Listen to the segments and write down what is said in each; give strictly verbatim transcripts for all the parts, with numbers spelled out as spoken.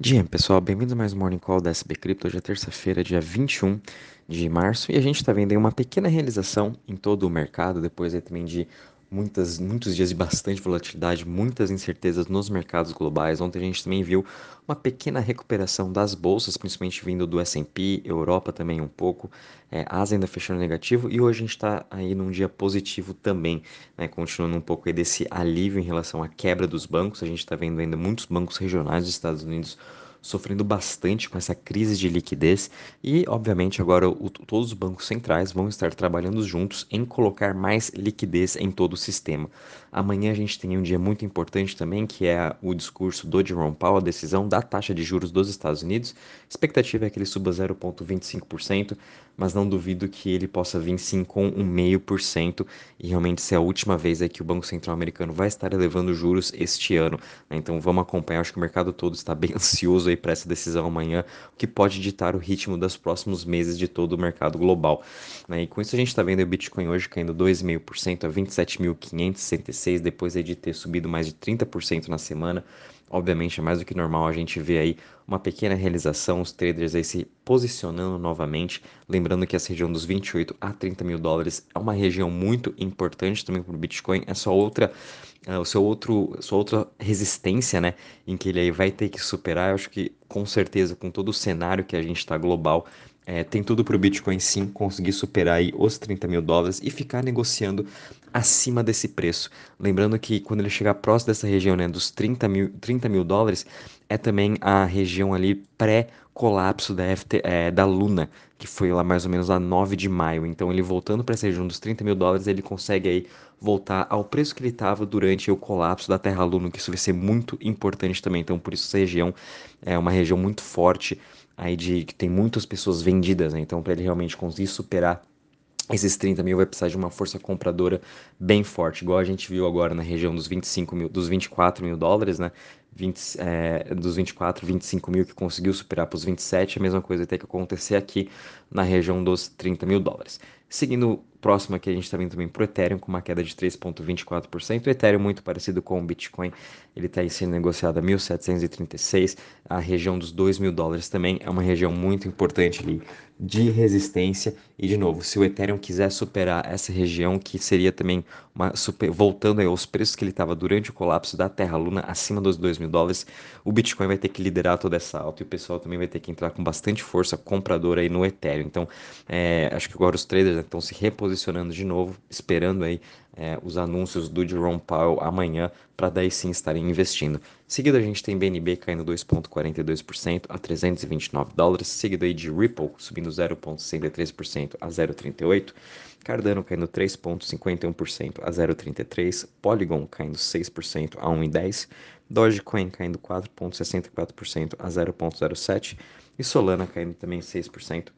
Dia, pessoal, bem-vindos a mais um Morning Call da S B Crypto. Hoje é terça-feira, dia vinte e um de março, e a gente está vendo aí uma pequena realização em todo o mercado, depois aí também de muitas, muitos dias de bastante volatilidade, muitas incertezas nos mercados globais. Ontem a gente também viu uma pequena recuperação das bolsas, principalmente vindo do S e P, Europa também um pouco, é, Ásia ainda fechando negativo, e hoje a gente está aí num dia positivo também, né, continuando um pouco aí desse alívio em relação à quebra dos bancos. A gente está vendo ainda muitos bancos regionais dos Estados Unidos sofrendo bastante com essa crise de liquidez e, obviamente, agora o- todos os bancos centrais vão estar trabalhando juntos em colocar mais liquidez em todo o sistema. Amanhã a gente tem um dia muito importante também, que é o discurso do Jerome Powell, a decisão da taxa de juros dos Estados Unidos. A expectativa é que ele suba zero vírgula vinte e cinco por cento, mas não duvido que ele possa vir sim com um zero vírgula cinco por cento e realmente ser a última vez aí que o Banco Central americano vai estar elevando juros este ano, né? Então vamos acompanhar, acho que o mercado todo está bem ansioso aí para essa decisão amanhã, o que pode ditar o ritmo dos próximos meses de todo o mercado global, né? E com isso a gente está vendo o Bitcoin hoje caindo dois vírgula cinco por cento a vinte e sete mil quinhentos e sessenta e seis, depois aí de ter subido mais de trinta por cento na semana. Obviamente é mais do que normal a gente ver aí uma pequena realização, os traders aí se posicionando novamente, lembrando que essa região dos vinte e oito a trinta mil dólares é uma região muito importante também para o Bitcoin, é só outra é, o seu outro, sua outra resistência, né, em que ele aí vai ter que superar. Eu acho que com certeza, com todo o cenário que a gente está global, é, tem tudo para o Bitcoin sim conseguir superar aí os trinta mil dólares e ficar negociando acima desse preço. Lembrando que quando ele chegar próximo dessa região, né, dos trinta mil, trinta mil dólares, é também a região ali pré-colapso da, F T, é, da Luna, que foi lá mais ou menos a nove de maio. Então ele voltando para essa região dos trinta mil dólares, ele consegue aí voltar ao preço que ele estava durante o colapso da Terra Luna, que isso vai ser muito importante também. Então, por isso essa região é uma região muito forte aí de que tem muitas pessoas vendidas, né? Então, para ele realmente conseguir superar esses trinta mil vai precisar de uma força compradora bem forte, igual a gente viu agora na região dos vinte e cinco mil, dos vinte e quatro mil dólares, né? vinte, é, dos vinte e quatro, vinte e cinco mil que conseguiu superar para os vinte e sete, a mesma coisa tem que acontecer aqui na região dos trinta mil dólares. Seguindo próximo aqui, a gente está vendo também para o Ethereum com uma queda de três vírgula vinte e quatro por cento. O Ethereum muito parecido com o Bitcoin, ele está sendo negociado a mil setecentos e trinta e seis. A região dos dois mil dólares também é uma região muito importante ali de resistência. E de novo, se o Ethereum quiser superar essa região, que seria também uma super, voltando aí aos preços que ele estava durante o colapso da Terra Luna, acima dos dois mil dólares, o Bitcoin vai ter que liderar toda essa alta e o pessoal também vai ter que entrar com bastante força compradora aí no Ethereum. Então, é, acho que agora os traders né, estão se reposicionando de novo, esperando aí é, os anúncios do Jerome Powell amanhã para daí sim estarem investindo. Seguido a gente tem B N B caindo dois vírgula quarenta e dois por cento a trezentos e vinte e nove dólares, seguido aí de Ripple subindo zero vírgula sessenta e três por cento a zero vírgula trinta e oito, Cardano caindo três vírgula cinquenta e um por cento a zero vírgula trinta e três, Polygon caindo seis por cento a um vírgula dez, Dogecoin caindo quatro vírgula sessenta e quatro por cento a zero vírgula zero sete e Solana caindo também seis por cento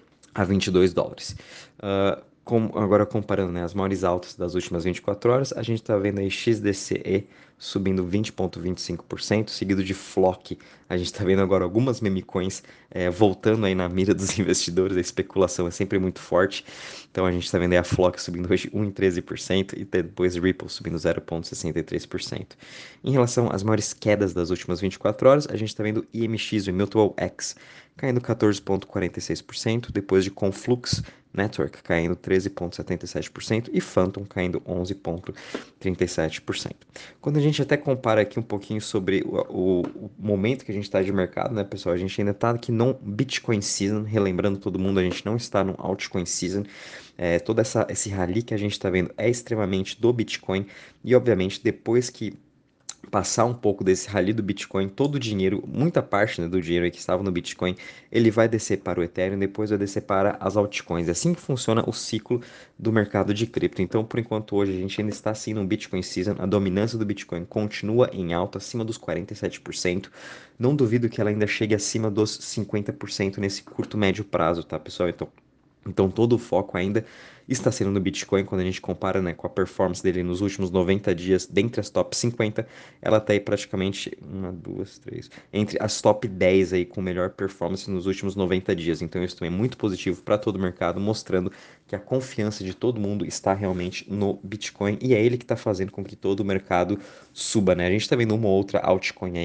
a vinte e dois dólares. Uh, com, agora comparando né, as maiores altas das últimas vinte e quatro horas, a gente está vendo aí X D C E subindo vinte vírgula vinte e cinco por cento, seguido de Flock. A gente está vendo agora algumas meme coins é, voltando aí na mira dos investidores, a especulação é sempre muito forte. Então a gente está vendo aí a Flock subindo hoje um vírgula treze por cento e depois Ripple subindo zero vírgula sessenta e três por cento. Em relação às maiores quedas das últimas vinte e quatro horas, a gente está vendo I M X, o Immutable X, caindo quatorze vírgula quarenta e seis por cento, depois de Conflux Network caindo treze vírgula setenta e sete por cento e Phantom caindo onze vírgula trinta e sete por cento. Quando a gente até compara aqui um pouquinho sobre o, o, o momento que a gente está de mercado, né, pessoal? A gente ainda está aqui no Bitcoin Season, relembrando todo mundo, a gente não está no Altcoin Season. É, todo essa, esse rally que a gente está vendo é extremamente do Bitcoin e, obviamente, depois que passar um pouco desse rally do Bitcoin, todo o dinheiro, muita parte né, do dinheiro que estava no Bitcoin, ele vai descer para o Ethereum, depois vai descer para as altcoins. É assim que funciona o ciclo do mercado de cripto. Então, por enquanto, hoje a gente ainda está assim no Bitcoin Season, a dominância do Bitcoin continua em alta, acima dos quarenta e sete por cento. Não duvido que ela ainda chegue acima dos cinquenta por cento nesse curto médio prazo, tá, pessoal? Então, então todo o foco ainda está sendo no Bitcoin, quando a gente compara, né, com a performance dele nos últimos noventa dias, dentre as top cinquenta, ela está aí praticamente uma, duas, três, entre as top dez aí com melhor performance nos últimos noventa dias. Então isso também é muito positivo para todo o mercado, mostrando que a confiança de todo mundo está realmente no Bitcoin e é ele que está fazendo com que todo o mercado suba, né? A gente está vendo uma outra altcoin aí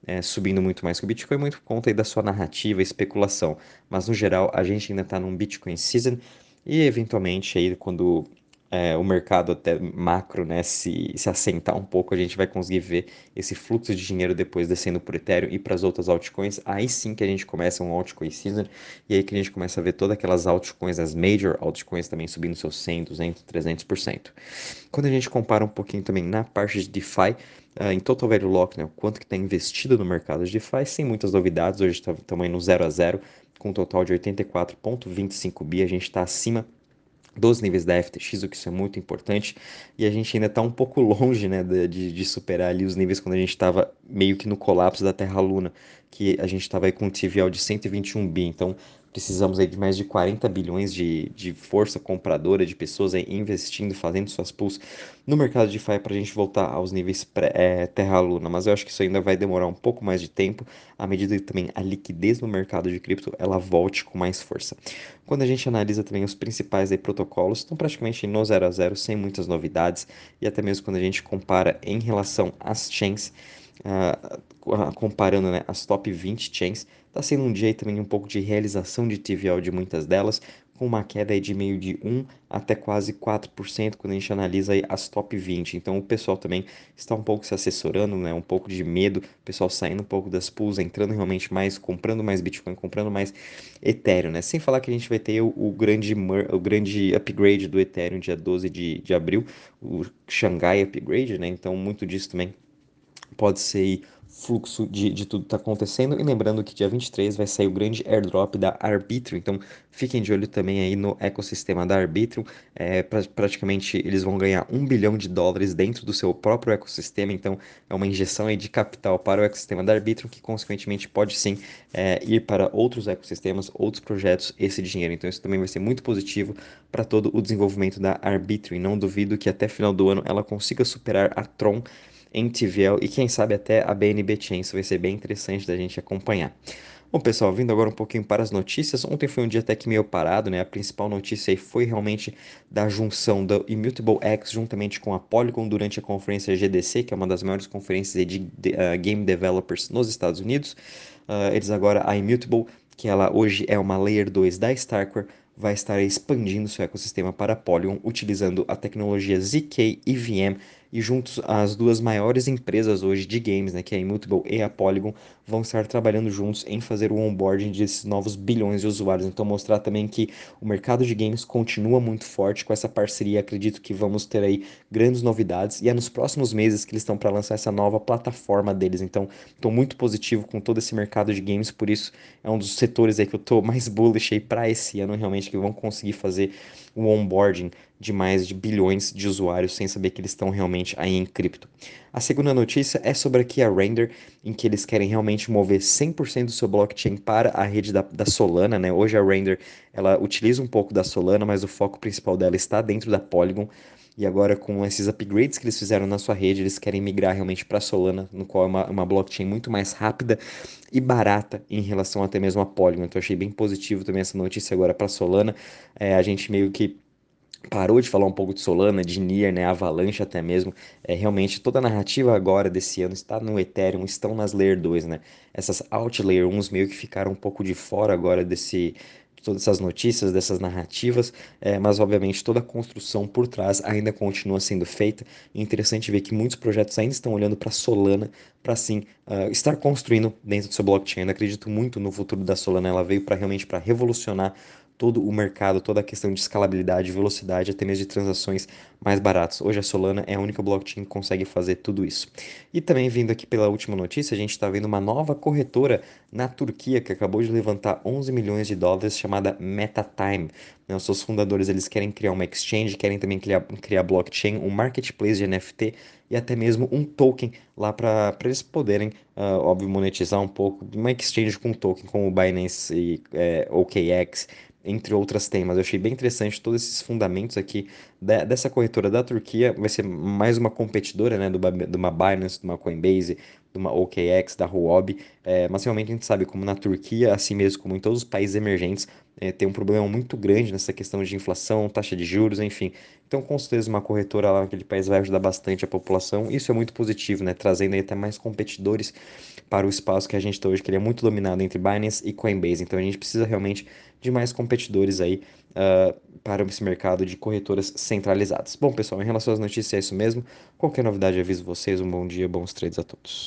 é, subindo muito mais que o Bitcoin, muito por conta aí da sua narrativa e especulação. Mas no geral, a gente ainda está num Bitcoin season e eventualmente aí quando é, o mercado até macro, né, se, se assentar um pouco, a gente vai conseguir ver esse fluxo de dinheiro depois descendo por Ethereum e para as outras altcoins. Aí sim que a gente começa um altcoin season e aí que a gente começa a ver todas aquelas altcoins, as major altcoins também subindo seus cem, duzentos, trezentos por cento. Quando a gente compara um pouquinho também na parte de DeFi, uh, em Total Value Lock, né, o quanto que está investido no mercado de DeFi, sem muitas novidades, hoje estamos aí no zero a zero, com um total de oitenta e quatro vírgula vinte e cinco bi, a gente está acima dos níveis da F T X, o que isso é muito importante, e a gente ainda está um pouco longe, né, de, de superar ali os níveis quando a gente estava meio que no colapso da Terra Luna, que a gente estava aí com um T V L de cento e vinte e um bi, então precisamos aí de mais de quarenta bilhões de, de força compradora, de pessoas aí investindo, fazendo suas pools no mercado de DeFi para a gente voltar aos níveis pré, é, Terra Luna, mas eu acho que isso ainda vai demorar um pouco mais de tempo, à medida que também a liquidez no mercado de cripto ela volte com mais força. Quando a gente analisa também os principais aí, protocolos, estão praticamente no zero a zero, sem muitas novidades, e até mesmo quando a gente compara em relação às chains, uh, comparando, né, as top vinte chains, está sendo um dia aí também um pouco de realização de T V L de muitas delas, com uma queda aí de meio de um até quase quatro por cento quando a gente analisa aí as top vinte. Então o pessoal também está um pouco se assessorando, né? Um pouco de medo, o pessoal saindo um pouco das pools, entrando realmente mais, comprando mais Bitcoin, comprando mais Ethereum, né? Sem falar que a gente vai ter o, o grande, o grande upgrade do Ethereum dia doze de, de abril, o Shanghai Upgrade, né? Então muito disso também pode ser fluxo de, de tudo que está acontecendo. E lembrando que dia vinte e três vai sair o grande airdrop da Arbitrum, então fiquem de olho também aí no ecossistema da Arbitrum. É, pra, praticamente eles vão ganhar um bilhão de dólares dentro do seu próprio ecossistema, então é uma injeção aí de capital para o ecossistema da Arbitrum, que consequentemente pode sim é, ir para outros ecossistemas, outros projetos, esse dinheiro. Então isso também vai ser muito positivo para todo o desenvolvimento da Arbitrum. E não duvido que até final do ano ela consiga superar a Tron em T V L e quem sabe até a B N B Chain. Isso vai ser bem interessante da gente acompanhar. Bom, pessoal, vindo agora um pouquinho para as notícias. Ontem foi um dia até que meio parado, né? A principal notícia aí foi realmente da junção da Immutable X juntamente com a Polygon durante a conferência G D C, que é uma das maiores conferências de, de uh, game developers nos Estados Unidos. Uh, eles agora, a Immutable, que ela hoje é uma Layer dois da Starkware, vai estar expandindo seu ecossistema para Polygon, utilizando a tecnologia Z K E V M e juntos as duas maiores empresas hoje de games, né, que é a Immutable e a Polygon, vão estar trabalhando juntos em fazer o onboarding desses novos bilhões de usuários. Então mostrar também que o mercado de games continua muito forte com essa parceria. Acredito que vamos ter aí grandes novidades e é nos próximos meses que eles estão para lançar essa nova plataforma deles. Então estou muito positivo com todo esse mercado de games, por isso é um dos setores aí que eu estou mais bullish aí para esse ano, realmente, que vão conseguir fazer o onboarding de mais de bilhões de usuários sem saber que eles estão realmente aí em cripto. A segunda notícia é sobre aqui a Render, em que eles querem realmente mover cem por cento do seu blockchain para a rede da, da Solana, né? Hoje a Render, ela utiliza um pouco da Solana, mas o foco principal dela está dentro da Polygon. E agora, com esses upgrades que eles fizeram na sua rede, eles querem migrar realmente para a Solana, no qual é uma, uma blockchain muito mais rápida e barata em relação até mesmo a Polygon. Então, eu achei bem positivo também essa notícia agora para a Solana. É, a gente meio que parou de falar um pouco de Solana, de Near, né, Avalanche até mesmo. É, realmente toda a narrativa agora desse ano está no Ethereum, estão nas Layer dois, né? Essas Alt Layer um meio que ficaram um pouco de fora agora desse de todas essas notícias, dessas narrativas, é, mas obviamente toda a construção por trás ainda continua sendo feita. É interessante ver que muitos projetos ainda estão olhando para Solana para sim uh, estar construindo dentro do seu blockchain. Eu acredito muito no futuro da Solana, ela veio para realmente para revolucionar todo o mercado, toda a questão de escalabilidade, velocidade, até mesmo de transações mais baratas. Hoje a Solana é a única blockchain que consegue fazer tudo isso. E também vindo aqui pela última notícia, a gente está vendo uma nova corretora na Turquia que acabou de levantar onze milhões de dólares chamada MetaTime. Né, os seus fundadores eles querem criar uma exchange, querem também criar, criar blockchain, um marketplace de N F T e até mesmo um token lá para eles poderem, uh, óbvio, monetizar um pouco. Uma exchange com token como o Binance e é, O K X, entre outras temas. Eu achei bem interessante todos esses fundamentos aqui da- dessa corretora da Turquia. Vai ser mais uma competidora, né, do, Ba- de uma Binance, de uma Coinbase, de uma O K X, da Huobi. É, mas realmente a gente sabe como na Turquia, assim mesmo como em todos os países emergentes, é, tem um problema muito grande nessa questão de inflação, taxa de juros, enfim. Então, com certeza, uma corretora lá naquele país vai ajudar bastante a população. Isso é muito positivo, né? Trazendo aí até mais competidores para o espaço que a gente está hoje, que ele é muito dominado entre Binance e Coinbase. Então a gente precisa realmente de mais competidores aí uh, para esse mercado de corretoras centralizadas. Bom, pessoal, em relação às notícias é isso mesmo. Qualquer novidade, aviso vocês. Um bom dia, bons trades a todos.